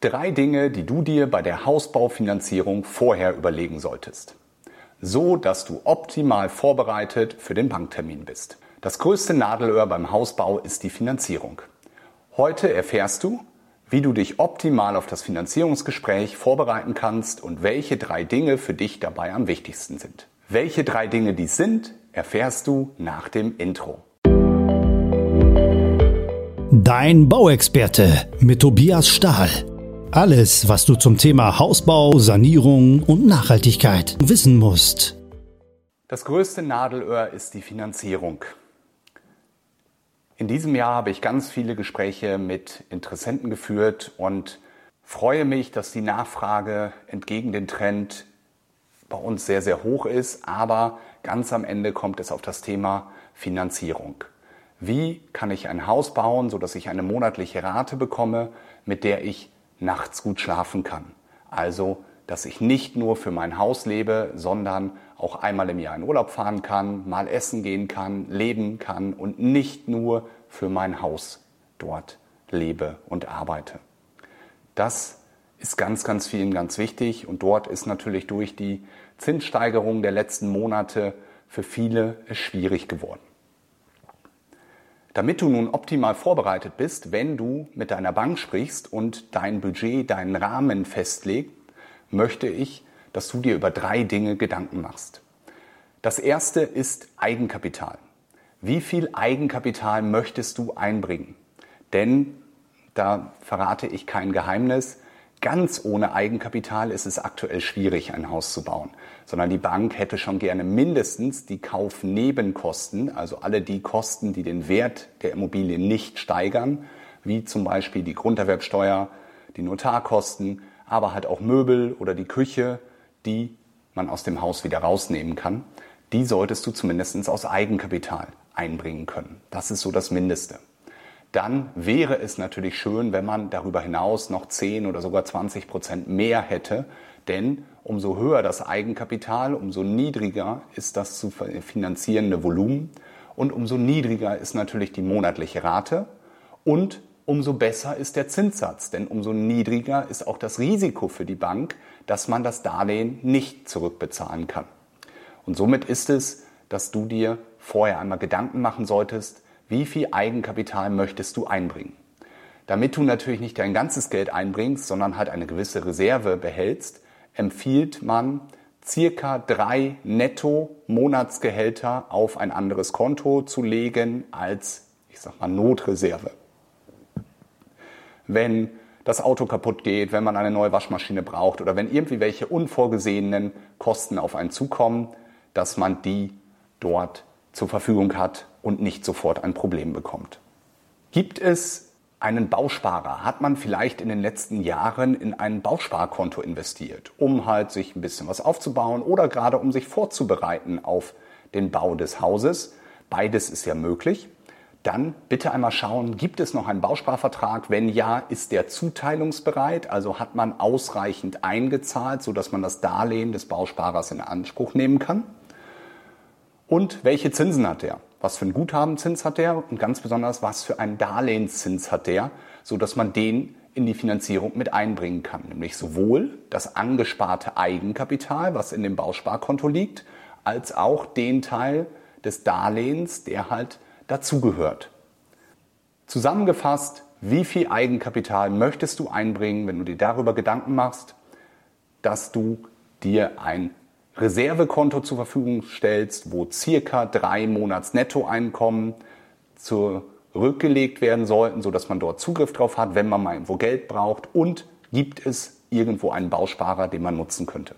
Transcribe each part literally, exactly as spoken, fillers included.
Drei Dinge, die du dir bei der Hausbaufinanzierung vorher überlegen solltest. So, dass du optimal vorbereitet für den Banktermin bist. Das größte Nadelöhr beim Hausbau ist die Finanzierung. Heute erfährst du, wie du dich optimal auf das Finanzierungsgespräch vorbereiten kannst und welche drei Dinge für dich dabei am wichtigsten sind. Welche drei Dinge dies sind, erfährst du nach dem Intro. Dein Bauexperte mit Tobias Stahl. Alles, was du zum Thema Hausbau, Sanierung und Nachhaltigkeit wissen musst. Das größte Nadelöhr ist die Finanzierung. In diesem Jahr habe ich ganz viele Gespräche mit Interessenten geführt und freue mich, dass die Nachfrage entgegen dem Trend bei uns sehr, sehr hoch ist. Aber ganz am Ende kommt es auf das Thema Finanzierung. Wie kann ich ein Haus bauen, sodass ich eine monatliche Rate bekomme, mit der ich nachts gut schlafen kann? Also, dass ich nicht nur für mein Haus lebe, sondern auch einmal im Jahr in Urlaub fahren kann, mal essen gehen kann, leben kann und nicht nur für mein Haus dort lebe und arbeite. Das ist ganz, ganz vielen ganz wichtig und dort ist natürlich durch die Zinssteigerung der letzten Monate für viele es schwierig geworden. Damit du nun optimal vorbereitet bist, wenn du mit deiner Bank sprichst und dein Budget, deinen Rahmen festlegst, möchte ich, dass du dir über drei Dinge Gedanken machst. Das erste ist Eigenkapital. Wie viel Eigenkapital möchtest du einbringen? Denn, da verrate ich kein Geheimnis, ganz ohne Eigenkapital ist es aktuell schwierig, ein Haus zu bauen. Sondern die Bank hätte schon gerne mindestens die Kaufnebenkosten, also alle die Kosten, die den Wert der Immobilie nicht steigern, wie zum Beispiel die Grunderwerbsteuer, die Notarkosten, aber halt auch Möbel oder die Küche, die man aus dem Haus wieder rausnehmen kann. Die solltest du zumindest aus Eigenkapital einbringen können. Das ist so das Mindeste. Dann wäre es natürlich schön, wenn man darüber hinaus noch zehn oder sogar zwanzig Prozent mehr hätte, denn umso höher das Eigenkapital, umso niedriger ist das zu finanzierende Volumen und umso niedriger ist natürlich die monatliche Rate und umso besser ist der Zinssatz, denn umso niedriger ist auch das Risiko für die Bank, dass man das Darlehen nicht zurückbezahlen kann. Und somit ist es, dass du dir vorher einmal Gedanken machen solltest, wie viel Eigenkapital möchtest du einbringen. Damit du natürlich nicht dein ganzes Geld einbringst, sondern halt eine gewisse Reserve behältst, empfiehlt man circa drei Netto-Monatsgehälter auf ein anderes Konto zu legen als, ich sag mal, Notreserve. Wenn das Auto kaputt geht, wenn man eine neue Waschmaschine braucht oder wenn irgendwie welche unvorgesehenen Kosten auf einen zukommen, dass man die dort zur Verfügung hat und nicht sofort ein Problem bekommt. Gibt es einen Bausparer? Hat man vielleicht in den letzten Jahren in ein Bausparkonto investiert, um halt sich ein bisschen was aufzubauen oder gerade um sich vorzubereiten auf den Bau des Hauses? Beides ist ja möglich. Dann bitte einmal schauen, gibt es noch einen Bausparvertrag? Wenn ja, ist der zuteilungsbereit? Also hat man ausreichend eingezahlt, sodass man das Darlehen des Bausparers in Anspruch nehmen kann? Und welche Zinsen hat der? Was für einen Guthabenzins hat der? Und ganz besonders, was für einen Darlehenszins hat der? Sodass man den in die Finanzierung mit einbringen kann. Nämlich sowohl das angesparte Eigenkapital, was in dem Bausparkonto liegt, als auch den Teil des Darlehens, der halt dazugehört. Zusammengefasst, wie viel Eigenkapital möchtest du einbringen, wenn du dir darüber Gedanken machst, dass du dir ein Reservekonto zur Verfügung stellst, wo circa drei Monats Nettoeinkommen zurückgelegt werden sollten, sodass man dort Zugriff drauf hat, wenn man mal irgendwo Geld braucht, und gibt es irgendwo einen Bausparer, den man nutzen könnte.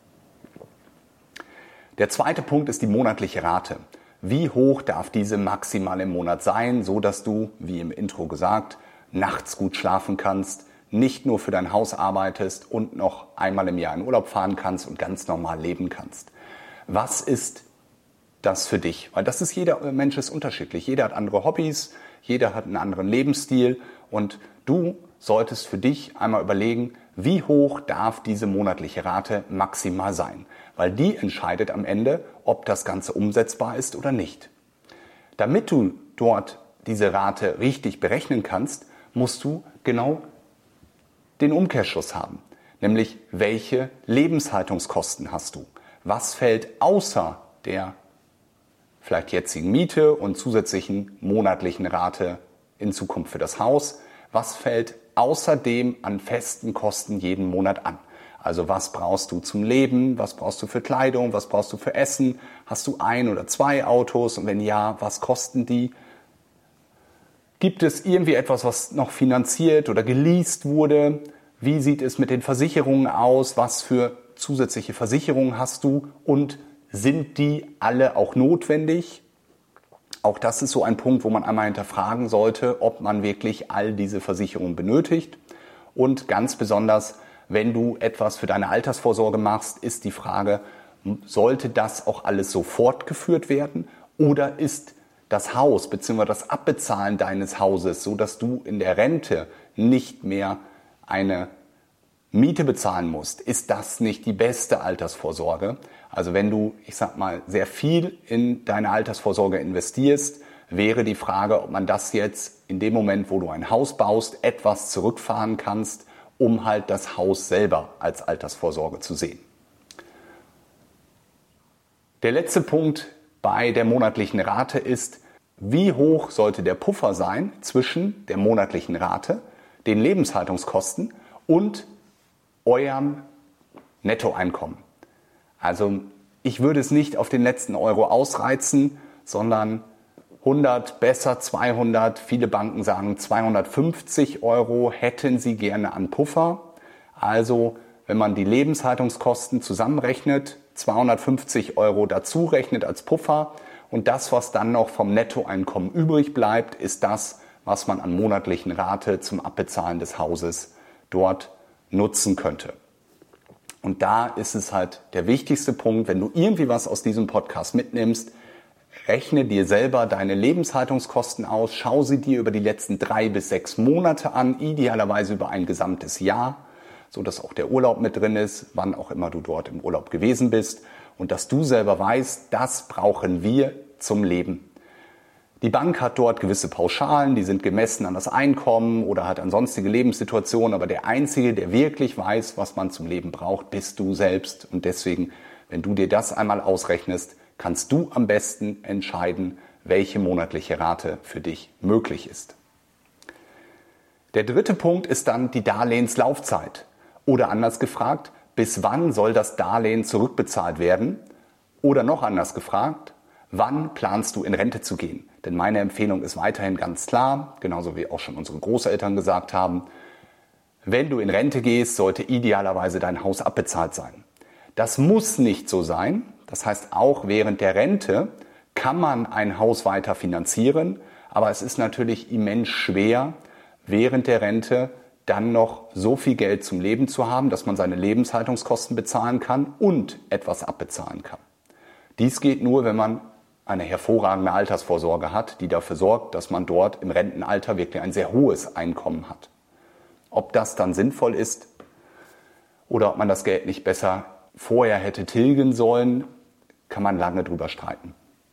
Der zweite Punkt ist die monatliche Rate. Wie hoch darf diese maximal im Monat sein, so dass du, wie im Intro gesagt, nachts gut schlafen kannst, nicht nur für dein Haus arbeitest und noch einmal im Jahr in Urlaub fahren kannst und ganz normal leben kannst? Was ist das für dich? Weil das ist, jeder Mensch ist unterschiedlich. Jeder hat andere Hobbys, jeder hat einen anderen Lebensstil und du solltest für dich einmal überlegen, wie hoch darf diese monatliche Rate maximal sein? Weil die entscheidet am Ende, ob das Ganze umsetzbar ist oder nicht. Damit du dort diese Rate richtig berechnen kannst, musst du genau den Umkehrschluss haben, nämlich welche Lebenshaltungskosten hast du? Was fällt außer der vielleicht jetzigen Miete und zusätzlichen monatlichen Rate in Zukunft für das Haus? Was fällt außerdem an festen Kosten jeden Monat an? Also was brauchst du zum Leben, was brauchst du für Kleidung, was brauchst du für Essen? Hast du ein oder zwei Autos und wenn ja, was kosten die? Gibt es irgendwie etwas, was noch finanziert oder geleast wurde? Wie sieht es mit den Versicherungen aus? Was für zusätzliche Versicherungen hast du? Und sind die alle auch notwendig? Auch das ist so ein Punkt, wo man einmal hinterfragen sollte, ob man wirklich all diese Versicherungen benötigt. Und ganz besonders, wenn du etwas für deine Altersvorsorge machst, ist die Frage, sollte das auch alles so fortgeführt werden? Oder ist das Haus bzw. das Abbezahlen deines Hauses, so dass du in der Rente nicht mehr eine Miete bezahlen musst, ist das nicht die beste Altersvorsorge? Also wenn du, ich sag mal, sehr viel in deine Altersvorsorge investierst, wäre die Frage, ob man das jetzt in dem Moment, wo du ein Haus baust, etwas zurückfahren kannst, um halt das Haus selber als Altersvorsorge zu sehen. Der letzte Punkt bei der monatlichen Rate ist, wie hoch sollte der Puffer sein zwischen der monatlichen Rate, den Lebenshaltungskosten und eurem Nettoeinkommen. Also ich würde es nicht auf den letzten Euro ausreizen, sondern hundert, besser zweihundert, viele Banken sagen zweihundertfünfzig Euro hätten sie gerne an Puffer. Also wenn man die Lebenshaltungskosten zusammenrechnet, zweihundertfünfzig Euro dazu rechnet als Puffer und das, was dann noch vom Nettoeinkommen übrig bleibt, ist das, was man an monatlichen Rate zum Abbezahlen des Hauses dort nutzen könnte. Und da ist es halt der wichtigste Punkt, wenn du irgendwie was aus diesem Podcast mitnimmst, rechne dir selber deine Lebenshaltungskosten aus, schau sie dir über die letzten drei bis sechs Monate an, idealerweise über ein gesamtes Jahr, so dass auch der Urlaub mit drin ist, wann auch immer du dort im Urlaub gewesen bist und dass du selber weißt, das brauchen wir zum Leben. Die Bank hat dort gewisse Pauschalen, die sind gemessen an das Einkommen oder hat an sonstige Lebenssituationen, aber der Einzige, der wirklich weiß, was man zum Leben braucht, bist du selbst. Und deswegen, wenn du dir das einmal ausrechnest, kannst du am besten entscheiden, welche monatliche Rate für dich möglich ist. Der dritte Punkt ist dann die Darlehenslaufzeit. Oder anders gefragt, bis wann soll das Darlehen zurückbezahlt werden? Oder noch anders gefragt, wann planst du in Rente zu gehen? Denn meine Empfehlung ist weiterhin ganz klar, genauso wie auch schon unsere Großeltern gesagt haben, wenn du in Rente gehst, sollte idealerweise dein Haus abbezahlt sein. Das muss nicht so sein. Das heißt, auch während der Rente kann man ein Haus weiter finanzieren, aber es ist natürlich immens schwer, während der Rente dann noch so viel Geld zum Leben zu haben, dass man seine Lebenshaltungskosten bezahlen kann und etwas abbezahlen kann. Dies geht nur, wenn man eine hervorragende Altersvorsorge hat, die dafür sorgt, dass man dort im Rentenalter wirklich ein sehr hohes Einkommen hat. Ob das dann sinnvoll ist oder ob man das Geld nicht besser vorher hätte tilgen sollen, kann man lange drüber streiten.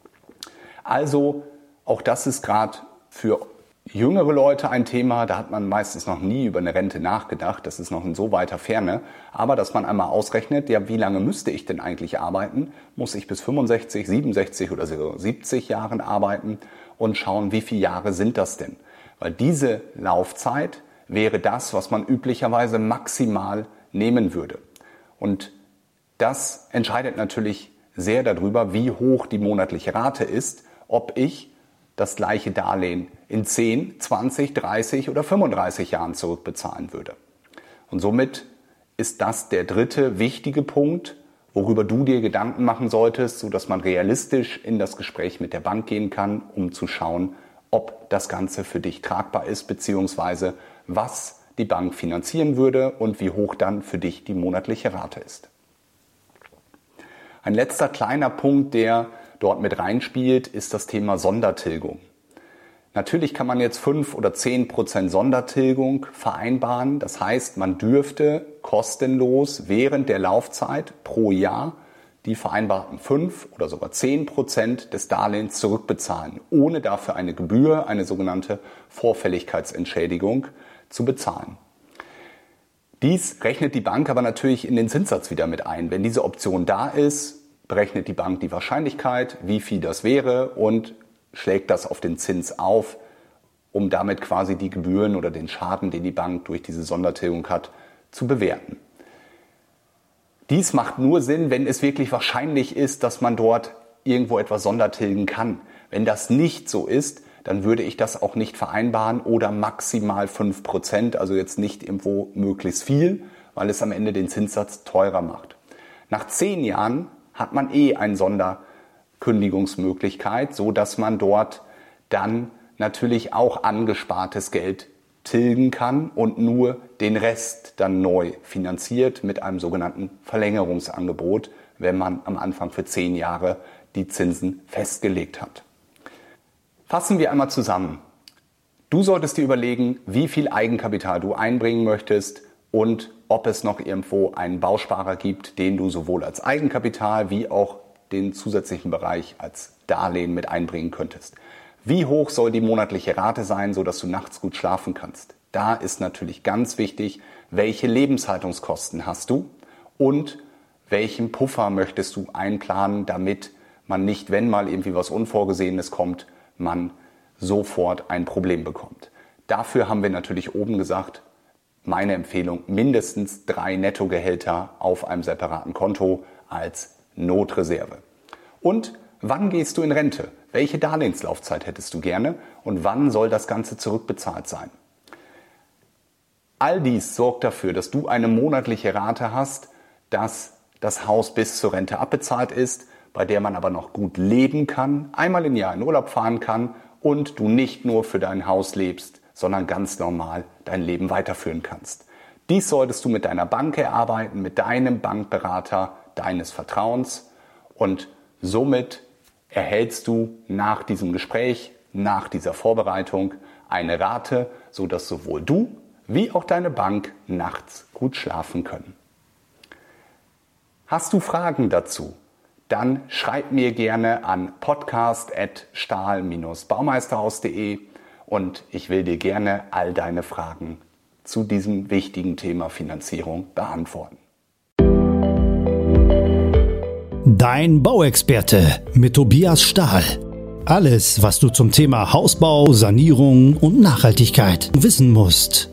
Also auch das ist gerade für jüngere Leute ein Thema, da hat man meistens noch nie über eine Rente nachgedacht, das ist noch in so weiter Ferne, aber dass man einmal ausrechnet, ja, wie lange müsste ich denn eigentlich arbeiten? Muss ich bis fünfundsechzig, siebenundsechzig oder so siebzig Jahren arbeiten und schauen, wie viele Jahre sind das denn? Weil diese Laufzeit wäre das, was man üblicherweise maximal nehmen würde. Und das entscheidet natürlich sehr darüber, wie hoch die monatliche Rate ist, ob ich das gleiche Darlehen in zehn, zwanzig, dreißig oder fünfunddreißig Jahren zurückbezahlen würde. Und somit ist das der dritte wichtige Punkt, worüber du dir Gedanken machen solltest, sodass man realistisch in das Gespräch mit der Bank gehen kann, um zu schauen, ob das Ganze für dich tragbar ist, beziehungsweise was die Bank finanzieren würde und wie hoch dann für dich die monatliche Rate ist. Ein letzter kleiner Punkt, der dort mit reinspielt, ist das Thema Sondertilgung. Natürlich kann man jetzt fünf oder zehn Prozent Sondertilgung vereinbaren. Das heißt, man dürfte kostenlos während der Laufzeit pro Jahr die vereinbarten fünf oder sogar zehn Prozent des Darlehens zurückbezahlen, ohne dafür eine Gebühr, eine sogenannte Vorfälligkeitsentschädigung, zu bezahlen. Dies rechnet die Bank aber natürlich in den Zinssatz wieder mit ein. Wenn diese Option da ist, berechnet die Bank die Wahrscheinlichkeit, wie viel das wäre und schlägt das auf den Zins auf, um damit quasi die Gebühren oder den Schaden, den die Bank durch diese Sondertilgung hat, zu bewerten. Dies macht nur Sinn, wenn es wirklich wahrscheinlich ist, dass man dort irgendwo etwas sondertilgen kann. Wenn das nicht so ist, dann würde ich das auch nicht vereinbaren oder maximal fünf Prozent, also jetzt nicht irgendwo möglichst viel, weil es am Ende den Zinssatz teurer macht. Nach zehn Jahren hat man eh eine Sonderkündigungsmöglichkeit, so dass man dort dann natürlich auch angespartes Geld tilgen kann und nur den Rest dann neu finanziert mit einem sogenannten Verlängerungsangebot, wenn man am Anfang für zehn Jahre die Zinsen festgelegt hat. Fassen wir einmal zusammen. Du solltest dir überlegen, wie viel Eigenkapital du einbringen möchtest und ob es noch irgendwo einen Bausparer gibt, den du sowohl als Eigenkapital wie auch den zusätzlichen Bereich als Darlehen mit einbringen könntest. Wie hoch soll die monatliche Rate sein, sodass du nachts gut schlafen kannst? Da ist natürlich ganz wichtig, welche Lebenshaltungskosten hast du und welchen Puffer möchtest du einplanen, damit man nicht, wenn mal irgendwie was Unvorgesehenes kommt, man sofort ein Problem bekommt. Dafür haben wir natürlich oben gesagt, meine Empfehlung, mindestens drei Nettogehälter auf einem separaten Konto als Notreserve. Und wann gehst du in Rente? Welche Darlehenslaufzeit hättest du gerne und wann soll das Ganze zurückbezahlt sein? All dies sorgt dafür, dass du eine monatliche Rate hast, dass das Haus bis zur Rente abbezahlt ist, bei der man aber noch gut leben kann, einmal im Jahr in Urlaub fahren kann und du nicht nur für dein Haus lebst, sondern ganz normal dein Leben weiterführen kannst. Dies solltest du mit deiner Bank erarbeiten, mit deinem Bankberater deines Vertrauens und somit erhältst du nach diesem Gespräch, nach dieser Vorbereitung eine Rate, sodass sowohl du wie auch deine Bank nachts gut schlafen können. Hast du Fragen dazu? Dann schreib mir gerne an podcast at stahl Bindestrich baumeisterhaus punkt de und ich will dir gerne all deine Fragen zu diesem wichtigen Thema Finanzierung beantworten. Dein Bauexperte mit Tobias Stahl. Alles, was du zum Thema Hausbau, Sanierung und Nachhaltigkeit wissen musst.